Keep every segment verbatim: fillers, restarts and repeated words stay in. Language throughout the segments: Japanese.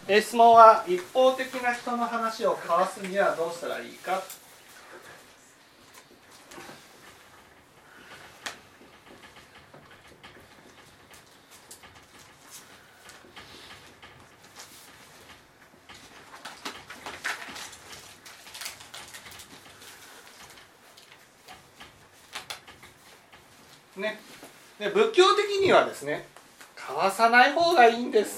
え質問は一方的な人の話を交わすにはどうしたらいいか。ね、で仏教的にはですね、交わさない方がいいんです、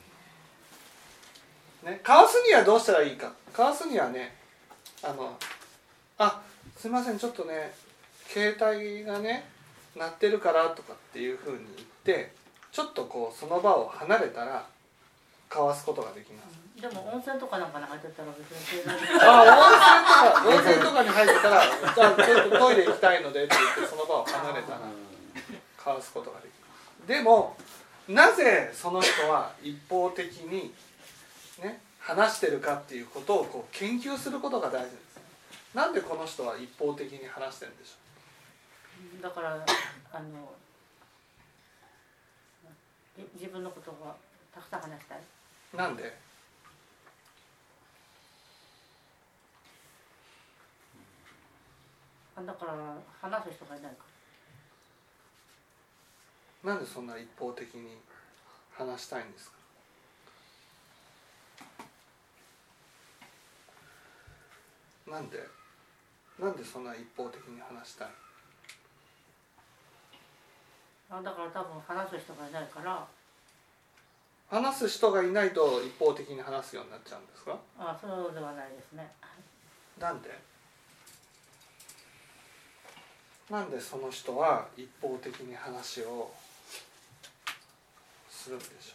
ね、交わすにはどうしたらいいか。交わすにはね、あのあすいませんちょっとね携帯がね鳴ってるからとかっていうふうに言ってちょっとこうその場を離れたら交わすことができます。 でも温泉とかなんかに入ってたら別にあ温泉とか温泉とかに入ってたらじゃあちょっとトイレ行きたいのでって言ってその場を離れたら交わすことができます。でもなぜその人は一方的にね話してるかっていうことをこう研究することが大事です。なんでこの人は一方的に話してるんでしょう。だからあの自分のことがたくさん話したい。 なんで？ だから話す人がいないから。 なんでそんな一方的に話したいんですか？なんでなんでそんな一方的に話したい？ あだから多分話す人がいないから。 話す人がいないと一方的に話すようになっちゃうんですか？ あそうではないですね。 なんでなんでその人は一方的に話をするんでしょう？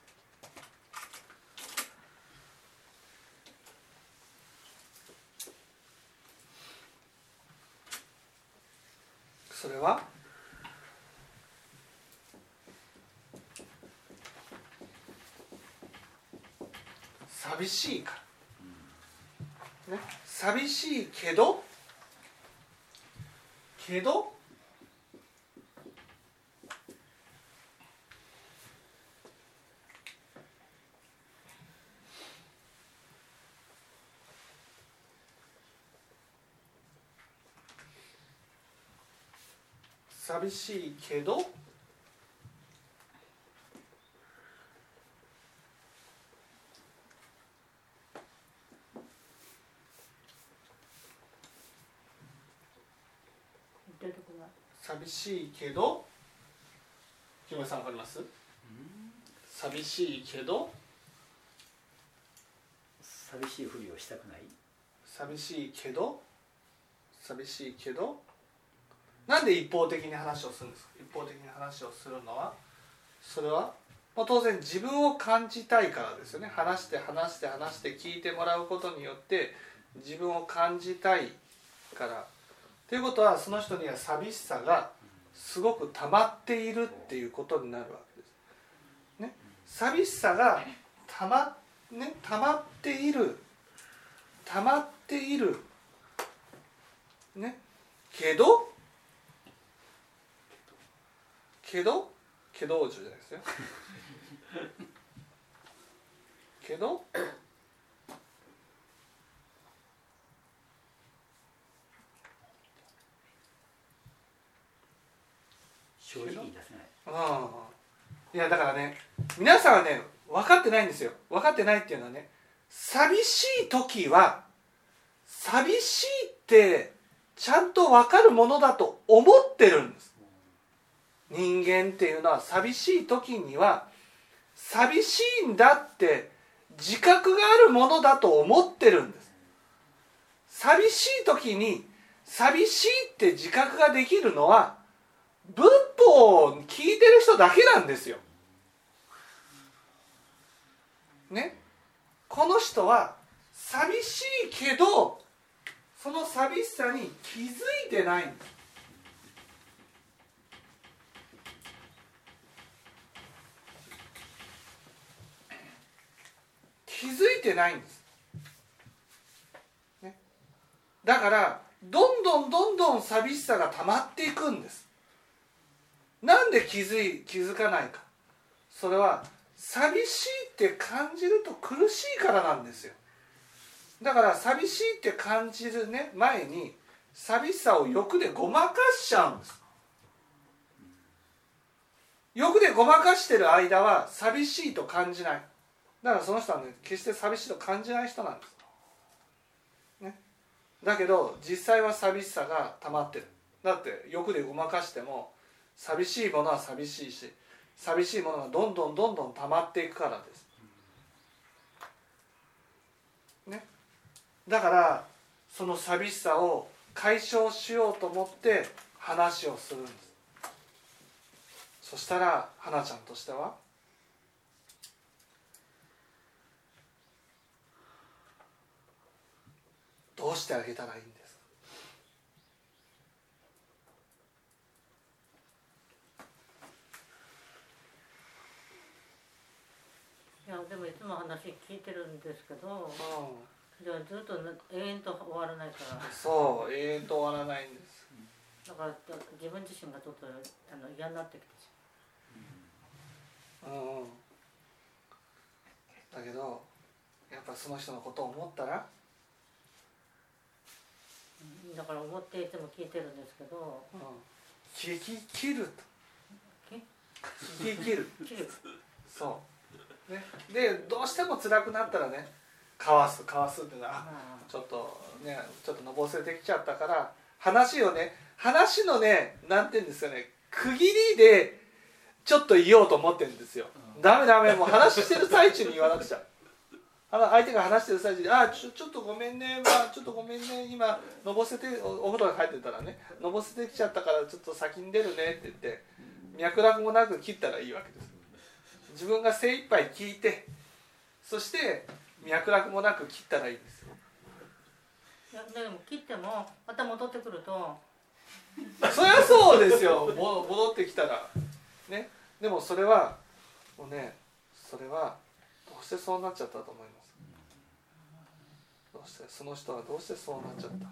それは寂しいから、ね、寂しいけどけど寂しいけど寂しいけど木村さんわかります？寂しいけど寂しいふりをしたくない。 寂しいけど寂しいけどなんで一方的に話をするんですか？一方的に話をするのはそれは、まあ、当然自分を感じたいからですよね。話して話して話して聞いてもらうことによって自分を感じたいからということはその人には寂しさがすごく溜まっているっていうことになるわけです、ね、寂しさが溜ま、ね、溜まっている溜まっているねけどけどけど王子じゃないですよけど正直に出せない。 ああいやだからね皆さんはね分かってないんですよ。分かってないっていうのはね寂しい時は寂しいってちゃんと分かるものだと思ってるんです。人間っていうのは寂しい時には寂しいんだって自覚があるものだと思ってるんです。寂しい時に寂しいって自覚ができるのは仏法を聞いてる人だけなんですよ。ね、この人は寂しいけどその寂しさに気づいてないんです。気づいてないんです、ね、だからどんどんどんどん寂しさが溜まっていくんです。なんで気づい気づかないか。それは寂しいって感じると苦しいからなんですよ。だから寂しいって感じる、ね、前に寂しさを欲でごまかしちゃうんです。欲でごまかしてる間は寂しいと感じない。だからその人はね、決して寂しいと感じない人なんです、ね、だけど実際は寂しさが溜まってる。だって欲でごまかしても寂しいものは寂しいし、寂しいものがどんどんどんどん溜まっていくからです、ね、だからその寂しさを解消しようと思って話をするんです。そしたら花ちゃんとしてはどうしてあげたらいいんですか？ いやでもいつも話聞いてるんですけど、 うん、 じゃあずっと永遠と終わらないから。 そう永遠と終わらないんです。 だから自分自身がちょっとあの嫌になってきてしまう、うんうん、だけどやっぱその人のことを思ったら、 だから思っていつも聞いてるんですけど、 うん、聞き切ると聞き切る切るそう、ね、でどうしても辛くなったらね、かわすかわすっていうのはちょっとねちょっとのぼせてきちゃったから話をね話のねなんていうんですかね区切りでちょっと言おうと思ってるんですよ。ダメダメもう話してる最中に言わなくちゃ。あの相手が話してる最中にあちょちょっとごめんね、まあ、ちょっとごめんね今のぼせて お, お風呂に入ってたらねのぼせてきちゃったからちょっと先に出るねって言って脈絡もなく切ったらいいわけです。自分が精一杯聞いてそして脈絡もなく切ったらいいんですよ。 いやでも切ってもまた戻ってくるとそりゃそうですよ戻ってきたらね。でもそれはもうねそれはどうしてそうなっちゃったと思います？どうしてその人はどうしてそうなっちゃった？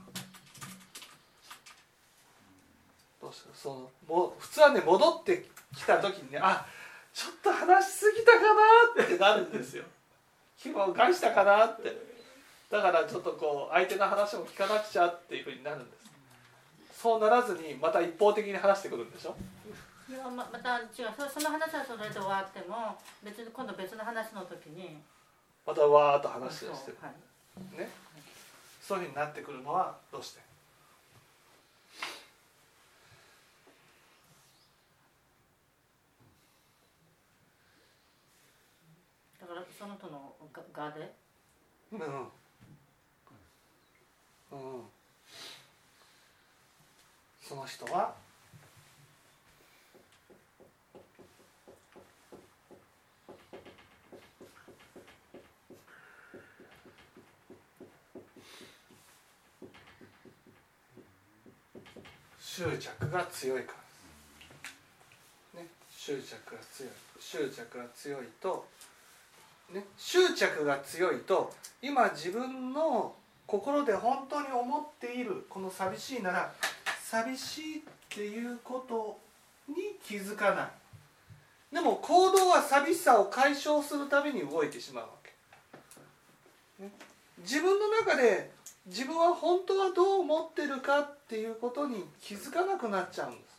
どうしてそのも普通はね戻ってきた時にねあちょっと話しすぎたかなってなるんですよ。気を害したかなって。だからちょっとこう相手の話も聞かなくちゃっていうふうになるんです。そうならずにまた一方的に話してくるんでしょ。 いや ま, また違う そ, その話はそれで終わっても別に今度別の話の時にまたわーっと話をしてる、 はいね、そういうふうになってくるのはどうして？ だからその人の側でうんうんその人は執着が強いから、ね、執着が強い執着が強いと、ね、執着が強いと今自分の心で本当に思っているこの寂しいなら寂しいっていうことに気づかない。でも行動は寂しさを解消するために動いてしまうわけ、ね、自分の中で自分は本当はどう思ってるかっていうことに気づかなくなっちゃうんです。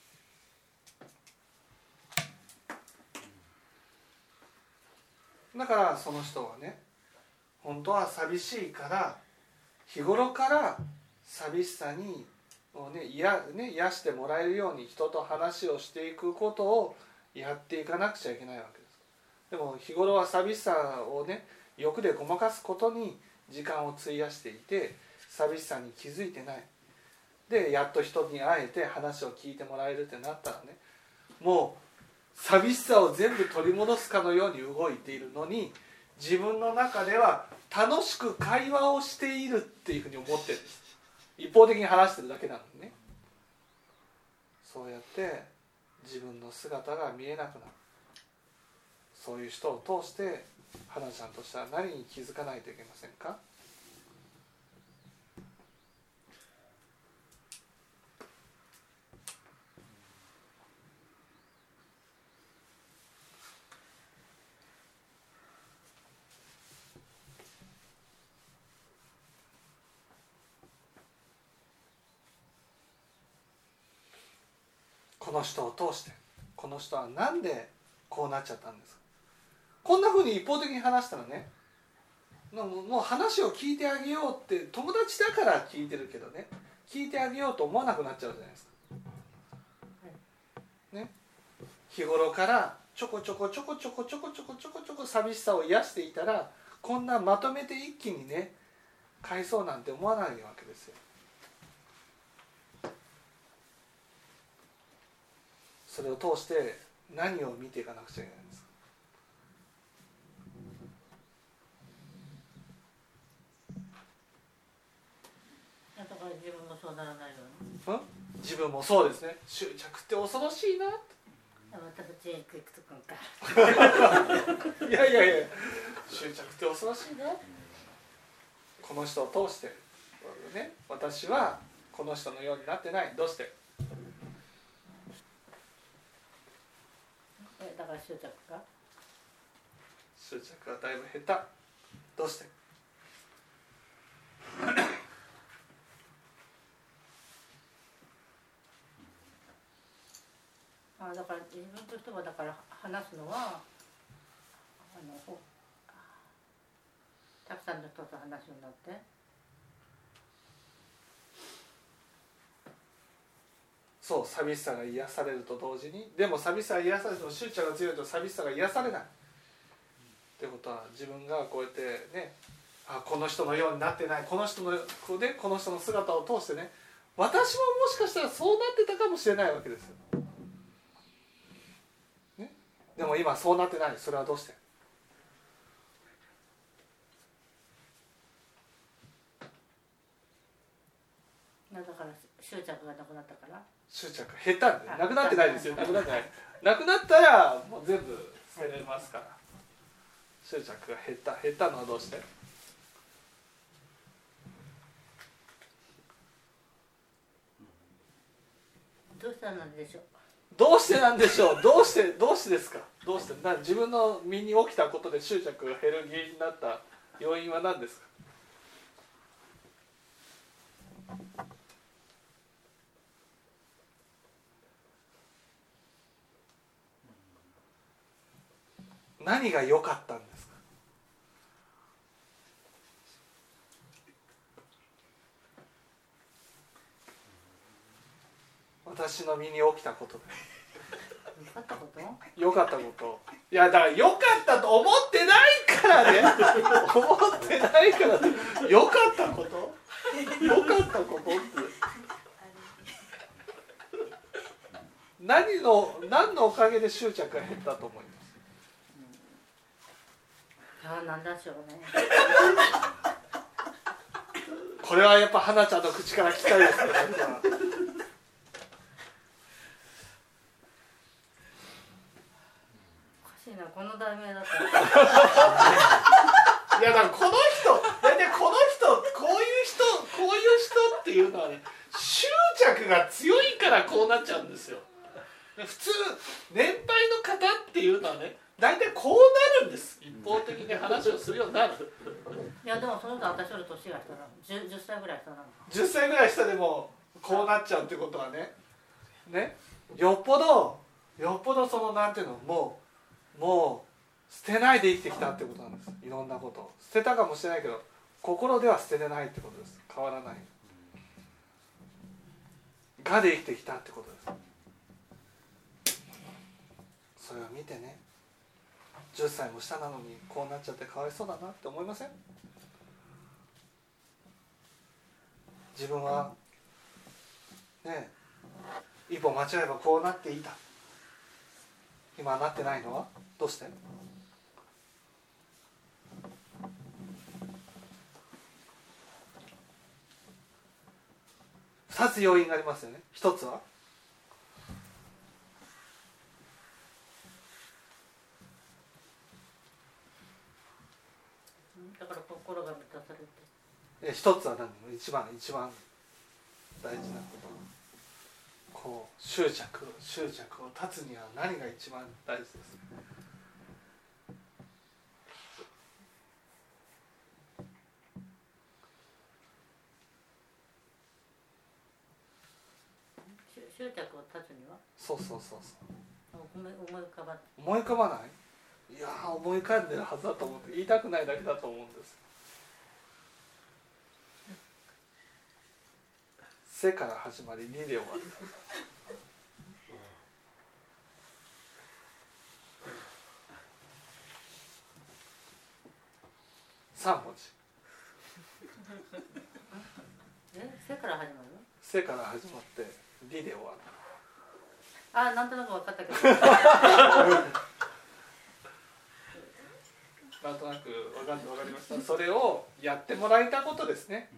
だからその人はね本当は寂しいから日頃から寂しさにを、ね、癒、ね、癒してもらえるように人と話をしていくことをやっていかなくちゃいけないわけです。でも日頃は寂しさをね欲でごまかすことに時間を費やしていて寂しさに気づいてない。でやっと人に会えて話を聞いてもらえるってなったらねもう寂しさを全部取り戻すかのように動いているのに自分の中では楽しく会話をしているっていうふうに思ってるんです。一方的に話してるだけなのにね。そうやって自分の姿が見えなくなる。そういう人を通して花ちゃんとしては何に気づかないといけませんか？ の人を通してこの人はなんでこうなっちゃったんですか。こんな風に一方的に話したらね、もうもう話を聞いてあげようって友達だから聞いてるけどね、聞いてあげようと思わなくなっちゃうじゃないですか。ね、日頃からちょこちょこちょこちょこちょこちょこちょこちょこ寂しさを癒していたら、こんなまとめて一気にね返そうなんて思わないわけですよ。それを通して何を見ていかなくちゃいけないんですか。 だから自分もそうならないように。 ん自分もそうですね。執着って恐ろしいな。 またそっちへ行くとくんか。 いやいやいや、執着って恐ろしいな。この人を通して、ね、私はこの人のようになってない。どうして？ えだから執着が執着がだいぶ減った。どうして？ あだから自分としてはだから話すのはあのほたくさんの人と話すようになって。 そう、寂しさが癒されると同時に、でも寂しさが癒されると執着が強いと寂しさが癒されない。ってことは自分がこうやってね、あこの人のようになってない、この人のでこの人の姿を通してね、私ももしかしたらそうなってたかもしれないわけですよ。ね、でも今そうなってない。それはどうして？ だから執着がなくなったから。 執着減ったんで、なくなってないですよ。なくなってない。なくなったらもう全部捨てれますから。執着が減った。減ったのはどうして？ どうしたらなんでしょう。 どうしてなんでしょう。どうしてどうしてですか。どうしてな自分の身に起きたことで執着が減る原因になった要因は何ですか。何が良かったんですか。私の身に起きたことで良かったこと良かったこと。いやだから良かったと思ってないからね思ってないからね。良かったこと良かったことって何の何のおかげで執着が減ったと思います。 あなんだしょうね。 これはやっぱ花ちゃんの口から聞きたいですね。 おかしいなこの題名だった。 いやだからこの人大体この人こういう人こういう人っていうのはね、執着が強いからこうなっちゃうんですよ。普通年配の方っていうのはね、大体こうなるんです。一方的に話をするようになる。 いやでもその人は私より年が下なの。 10, 10歳ぐらい下なの。 じゅっさいぐらい下でもこうなっちゃうってことはね、ね、よっぽどよっぽどそのなんていうのもうもう捨てないで生きてきたってことなんです。いろんなことを捨てたかもしれないけど心では捨てれないってことです。変わらない我で生きてきたってことです。それを見てね、じゅっさいも下なのにこうなっちゃってかわいそうだなって思いません？自分はね一歩間違えばこうなっていた。今はなってないのはどうして？ふたつ要因がありますよね。ひとつはだから心が満たされて。 え一つは何？一番一番大事なことはこう執着執着を断つには何が一番大事ですか？ 執執着を断つにはそうそうそうそう思い思い浮かばない。 思い浮かばない。いやー思い浮かんでるはずだと思って言いたくないだけだと思うんです。せから始まりにで終わる。さん文字。 え、せから始まる？ せから始まってりで終わる。 あ、なんとなく分かったけど。 なんとなく分かって分かりました。それをやってもらいたことですね。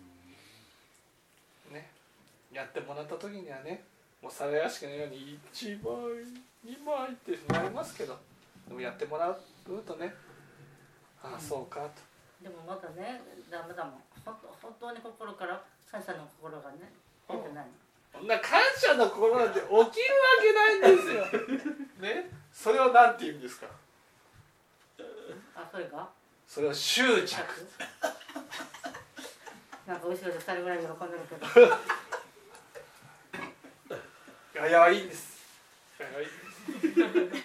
ね、やってもらった時にはね、もう皿屋敷のようにいちまいにまいってなりますけど、でもやってもらうとね、ああそうかと。 でもまだね、ダメだもん。本当本当に心から感謝の心がね出てない。 そんな感謝の心なんて起きるわけないんですよ。ね、それをなんて言うんですか。 あ、それが？ それを執着。 なんか後ろでふたりぐらい喜んでるけど。 いやいやいいです。いやいやいいです。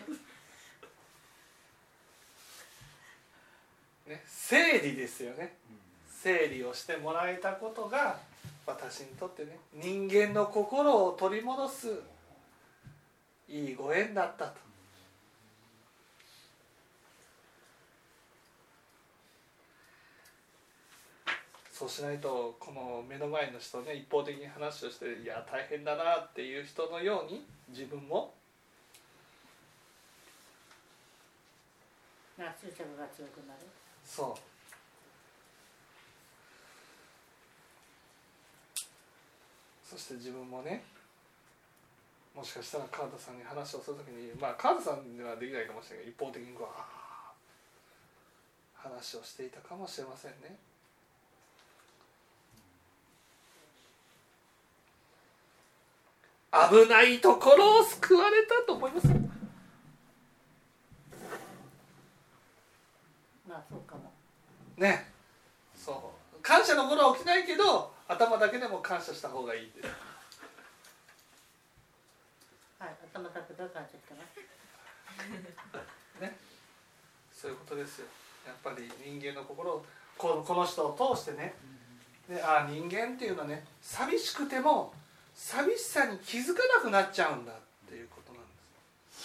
ね、整理ですよね。整理をしてもらえたことが私にとってね、人間の心を取り戻すいいご縁だったと。そうしないとこの目の前の人ね、一方的に話をしていや大変だなっていう人のように自分もなんか執着が強くなる。 そうそして自分もね、もしかしたら川田さんに話をするときに、まあ川田さんにはできないかもしれないけど、一方的にわー話をしていたかもしれませんね。危ないところを救われたと思います。 まあそうかも。 ね、そう感謝の頃は起きないけど頭だけでも感謝した方がいいです。 はい、頭だけで感謝してます。 ね、そういうことですよ。やっぱり人間の心をこの、この人を通してね、であ人間っていうのはね、寂しくても寂しさに気づかなくなっちゃうんだっていうことなんです。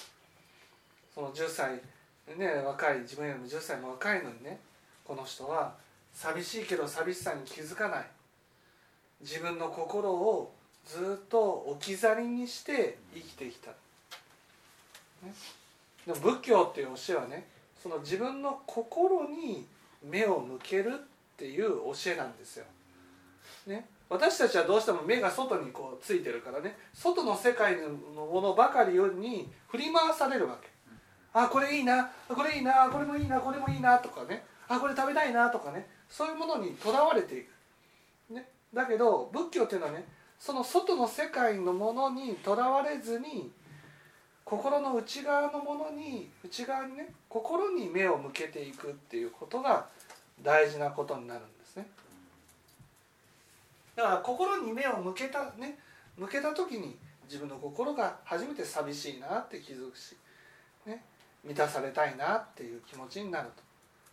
そのじゅっさいね、若い自分よりもじゅっさいも若いのにね、この人は寂しいけど寂しさに気づかない、自分の心をずっと置き去りにして生きてきた、ね、でも仏教っていう教えはね、その自分の心に目を向けるっていう教えなんですよ、ね、私たちはどうしても目が外にこうついてるからね、外の世界のものばかりに振り回されるわけ。あ、これいいな、これいいな、これもいいな、これもいいなとかね、あ、これ食べたいなとかね、そういうものにとらわれていく、ね、だけど仏教っていうのはね、その外の世界のものにとらわれずに、心の内側のものに、内側にね、心に目を向けていくっていうことが大事なことになるんですね。だから心に目を向けたね、向けた時に自分の心が初めて寂しいなって気づくし、ね、満たされたいなっていう気持ちになると。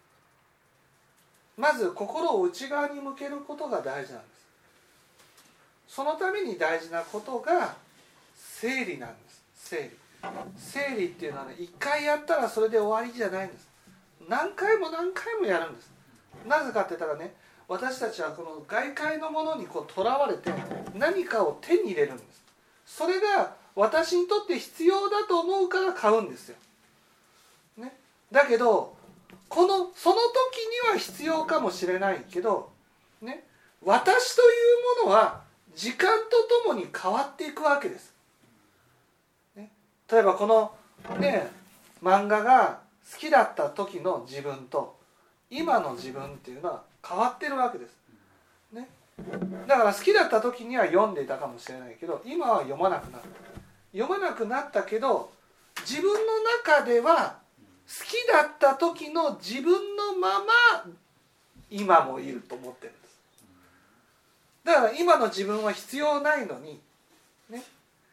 まず心を内側に向けることが大事なんです。そのために大事なことが整理なんです。整理整理っていうのはね、一回やったらそれで終わりじゃないんです。何回も何回もやるんです。なぜかって言ったらね、私たちはこの外界のものにこうとらわれて何かを手に入れるんです。それが私にとって必要だと思うから買うんですよ、ね、だけどこのその時には必要かもしれないけど、ね、私というものは時間とともに変わっていくわけです、ね、例えばこの、ね、漫画が好きだった時の自分と今の自分っていうのは変わってるわけです、ね、だから好きだった時には読んでいたかもしれないけど、今は読まなくなった。読まなくなったけど、自分の中では好きだった時の自分のまま今もいると思ってるんです。だから今の自分は必要ないのに、ね、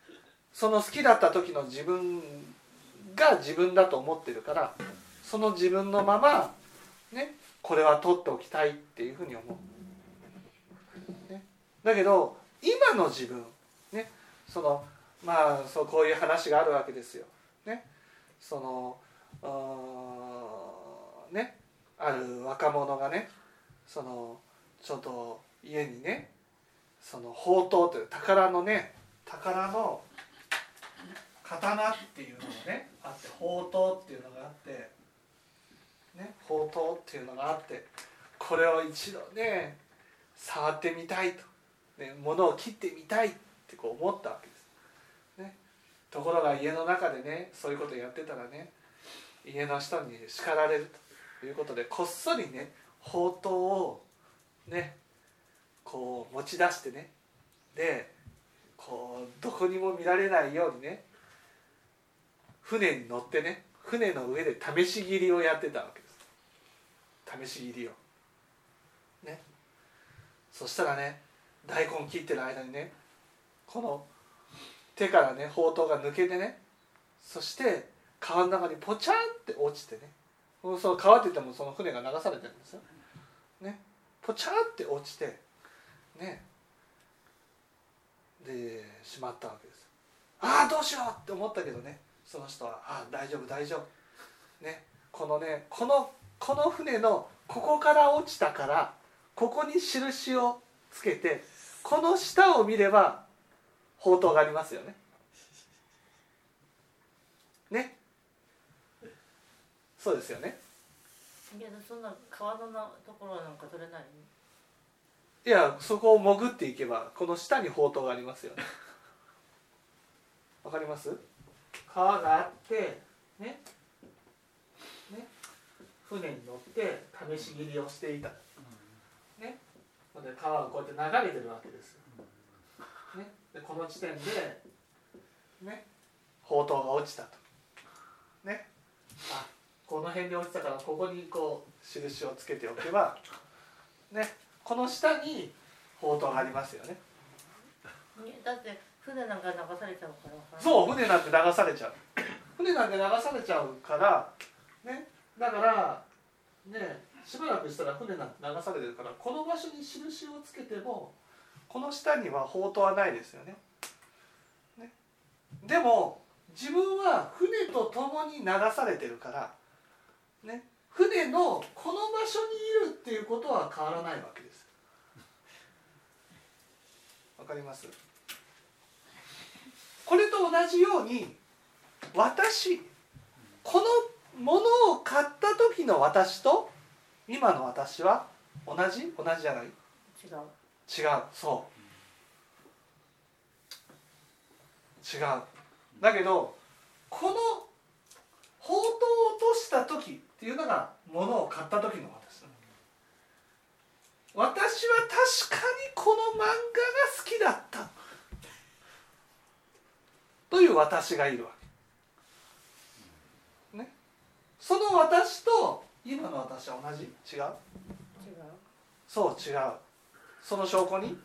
その好きだった時の自分が自分だと思ってるから、その自分のまま、ね、これは取っておきたいっていうふうに思う、ね、だけど今の自分、ね、そのまあそうこういう話があるわけですよ、ね、そのあ、ね、ある若者がね、そのちょっと家にね、その宝刀という宝のね、宝の刀っていうのがねあって、宝刀っていうのがあって、ね、宝刀っていうのがあって、これを一度ね触ってみたいと、ね、物を切ってみたいってこう思ったわけです、ね、ところが家の中でねそういうことをやってたらね、家の人に叱られるということで、こっそりね宝刀をねこう持ち出してね、でこうどこにも見られないようにね、船に乗ってね、船の上で試し切りをやってたわけです。試し切りをね。そしたらね、大根切ってる間にね、この手からね宝刀が抜けてね、そして川の中にポチャンって落ちてね、その川って言ってもその船が流されてるんですよ、ね、ポチャンって落ちてね、でしまったわけです。ああどうしようって思ったけどね、その人はああ大丈夫大丈夫、ね、このねこのこの船のここから落ちたからここに印をつけて、この下を見れば宝刀がありますよね。ね、そうですよね。 いやそんな川のところなんか取れない。 いやそこを潜っていけばこの下に宝刀がありますよね。わかります？川があってね、ね、船に乗って試し切りをしていた、ね、で川がこうやって流れてるわけですよ、ね、でこの地点で、ね、宝刀が落ちたと、ね、あこの辺で落ちたからここにこう印をつけておけば、ね、この下に宝刀がありますよね。 だって船なんか流されちゃうから。 そう、船なんて流されちゃう。船なんて流されちゃうからね、だからね、しばらくしたら船なんて流されてるから、この場所に印をつけてもこの下には宝刀はないですよね。ね、でも自分は船と共に流されてるからね、船のこの場所にいるっていうことは変わらないわけです。わかります？これと同じように、私、このものを買った時の私と今の私は同じ？同じじゃない？違う。違う、そう。違う。だけど、この宝刀を落とした時っていうのがものを買った時の私。私は確かにこの漫画が好きだったという私がいるわけ、ね、その私と今の私は同じ？違う？違う。そう違う。その証拠に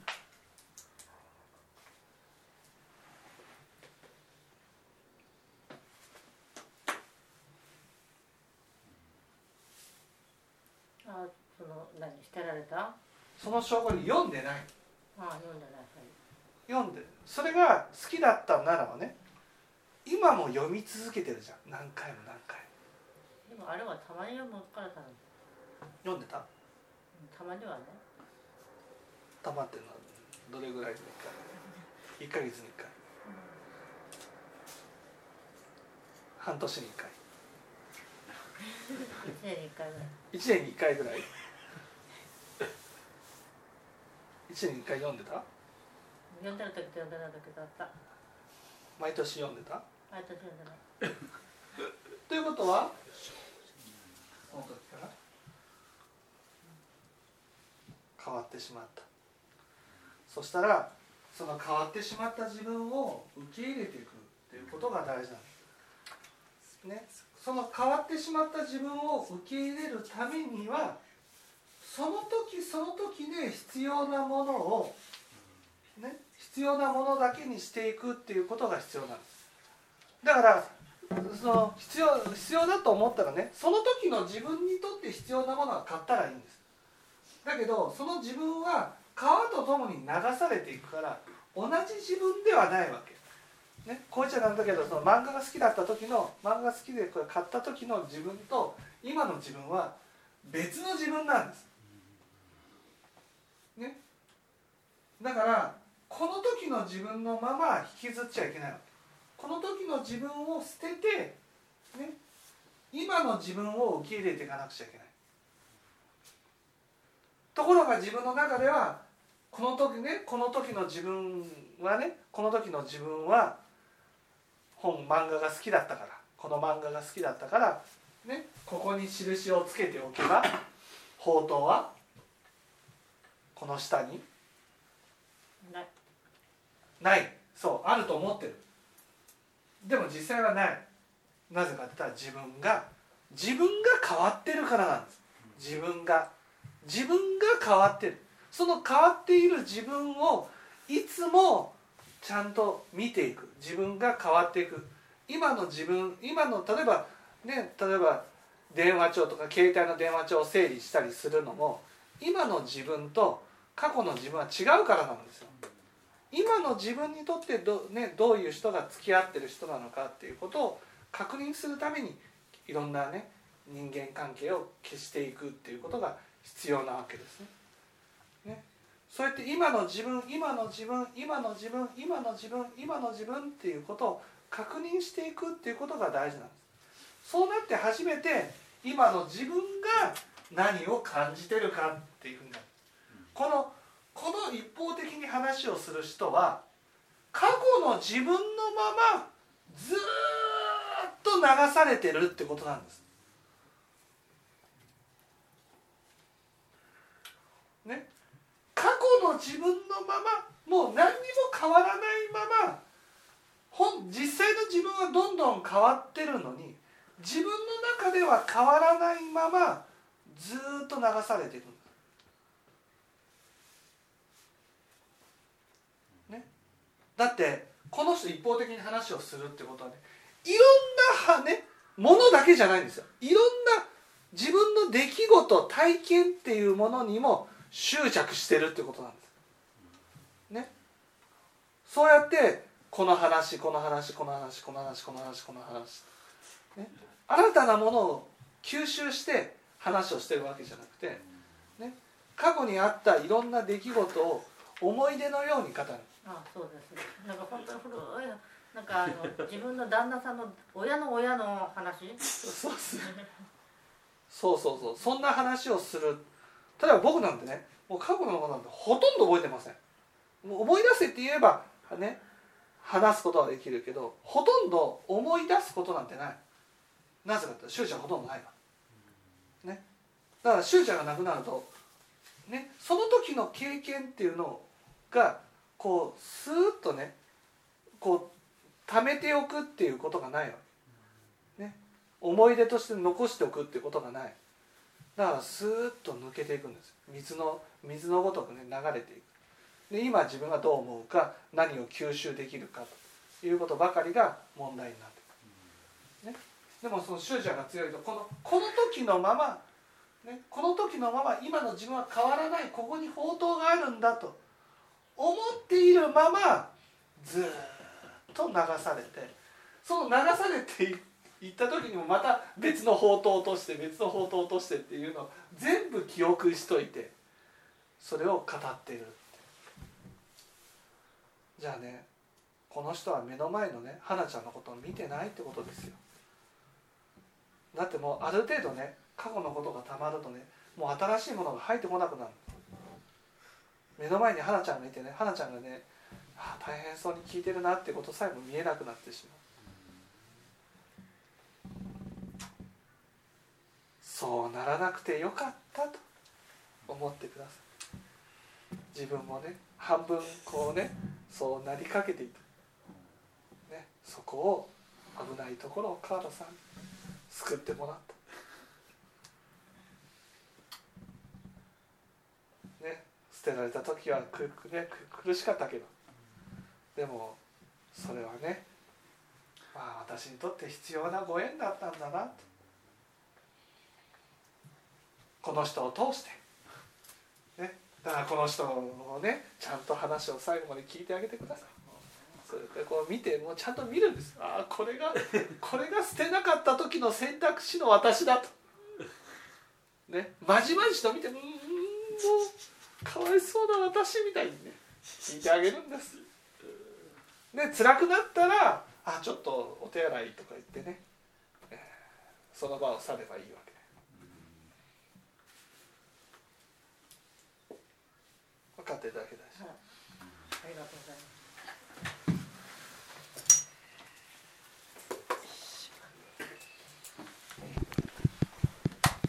あ、その何捨てられた？ その証拠に読んでない。 ああ、読んでない。はい、 読んでる。それが好きだったならばね、今も読み続けてるじゃん、何回も何回も。 でもあれはたまに読むからだ。 読んでた？ たまにはね。 たまってるのはどれぐらいにいっかい？いっかげつにいっかい、うん、半年にいっかいいちねんにいっかいぐらい。 いちねんにいっかいぐらいいちねんにいっかい読んでた？ 読んでる時と読んでない時だった。 毎年読んでた？ 毎年読んでない。 ということはその時から変わってしまった。そしたらその変わってしまった自分を受け入れていくということが大事なんです、ね、その変わってしまった自分を受け入れるためには、その時その時で必要なものを、ね、 必要なものだけにしていくっていうことが必要なんです。だからその必要、必要だと思ったらね、その時の自分にとって必要なものは買ったらいいんです。だけどその自分は川とともに流されていくから同じ自分ではないわけ、ね、こう言っちゃなんだけど、その漫画が好きだった時の漫画が好きでこれ買った時の自分と今の自分は別の自分なんです、ね、だからこの時の自分のまま引きずっちゃいけないわけ。この時の自分を捨てて、ね、今の自分を受け入れていかなくちゃいけない。ところが自分の中ではこの時ね、この時の自分はね、この時の自分は本漫画が好きだったから、この漫画が好きだったからね、ここに印をつけておけば宝刀はこの下にないない。そう、あると思ってる。でも実際はない。なぜかって言ったら自分が自分が変わってるからなんです。自分が自分が変わってる。その変わっている自分をいつもちゃんと見ていく。自分が変わっていく。今の自分、今の例えばね、例えば電話帳とか携帯の電話帳を整理したりするのも、今の自分と過去の自分は違うからなんですよ。今の自分にとってど、ね、どういう人が付き合ってる人なのかっていうことを確認するためにいろんなね人間関係を消していくっていうことが必要なわけですね。ね、そうやって今の自分、今の自分、今の自分、今の自分、今の自分っていうことを確認していくっていうことが大事なんです。そうなって初めて今の自分が何を感じてるかっていうふうになる。このこの一方的に話をする人は過去の自分のままずっと流されてるってことなんです。ね、過去の自分のままもう何にも変わらないまま本実際の自分はどんどん変わってるのに自分の中では変わらないままずっと流されているんです。だってこの人一方的に話をするってことはね、いろんなねものだけじゃないんですよ。いろんな自分の出来事体験っていうものにも執着してるってことなんですね。そうやってこの話この話この話この話この話この話、ね、新たなものを吸収して話をしてるわけじゃなくて、ね、過去にあったいろんな出来事を思い出のように語る。 ああ、そうですね。なんか本当に古いなんかあの自分の旦那さんの親の親の話そうそうそうそうそんな話をする。例えば僕なんてね、もう過去のことなんてほとんど覚えてません。もう思い出せって言えばね話すことはできるけど、ほとんど思い出すことなんてない。なぜかって執着ほとんどないから、ね、だから執着がなくなると、ね、その時の経験っていうのがこうスーッとねこう貯めておくっていうことがないわけ、ね、思い出として残しておくっていうことがない。だからスーッと抜けていくんです。水の水のごとくね流れていく。で今自分がどう思うか、何を吸収できるかということばかりが問題になってくる、ね、でもその執着が強いとこのこの時のまま、ね、この時のまま今の自分は変わらない、ここに宝刀があるんだと思っているままずっと流されて、その流されていった時にもまた別の宝刀を落として別の宝刀を落としてっていうのを全部記憶しといてそれを語っている。じゃあね、この人は目の前のね花ちゃんのことを見てないってことですよ。だってもうある程度ね過去のことがたまるとね、もう新しいものが入ってこなくなる。目の前に花ちゃんがいてね、花ちゃんがね、ああ大変そうに聞いてるなってことさえも見えなくなってしまう。そうならなくてよかったと思ってください。自分もね半分こうねそうなりかけていた、ね、そこを危ないところを川田さんに救ってもらった、ね、捨てられた時はくく、ね、苦しかったけどでもそれはね、まあ私にとって必要なご縁だったんだなと、この人を通して、ね、だからこの人をねちゃんと話を最後まで聞いてあげてください。それでこう見て、もうちゃんと見るんです。ああこれがこれが捨てなかった時の選択肢の私だとね、まじまじと見て、うーんもうかわいそうな私みたいにね聞いてあげるんです。で辛くなったら、あちょっとお手洗いとか言ってね、えー、その場を去ればいいわけ。分かっていただけたでしょう。 はい、ありがとうございます。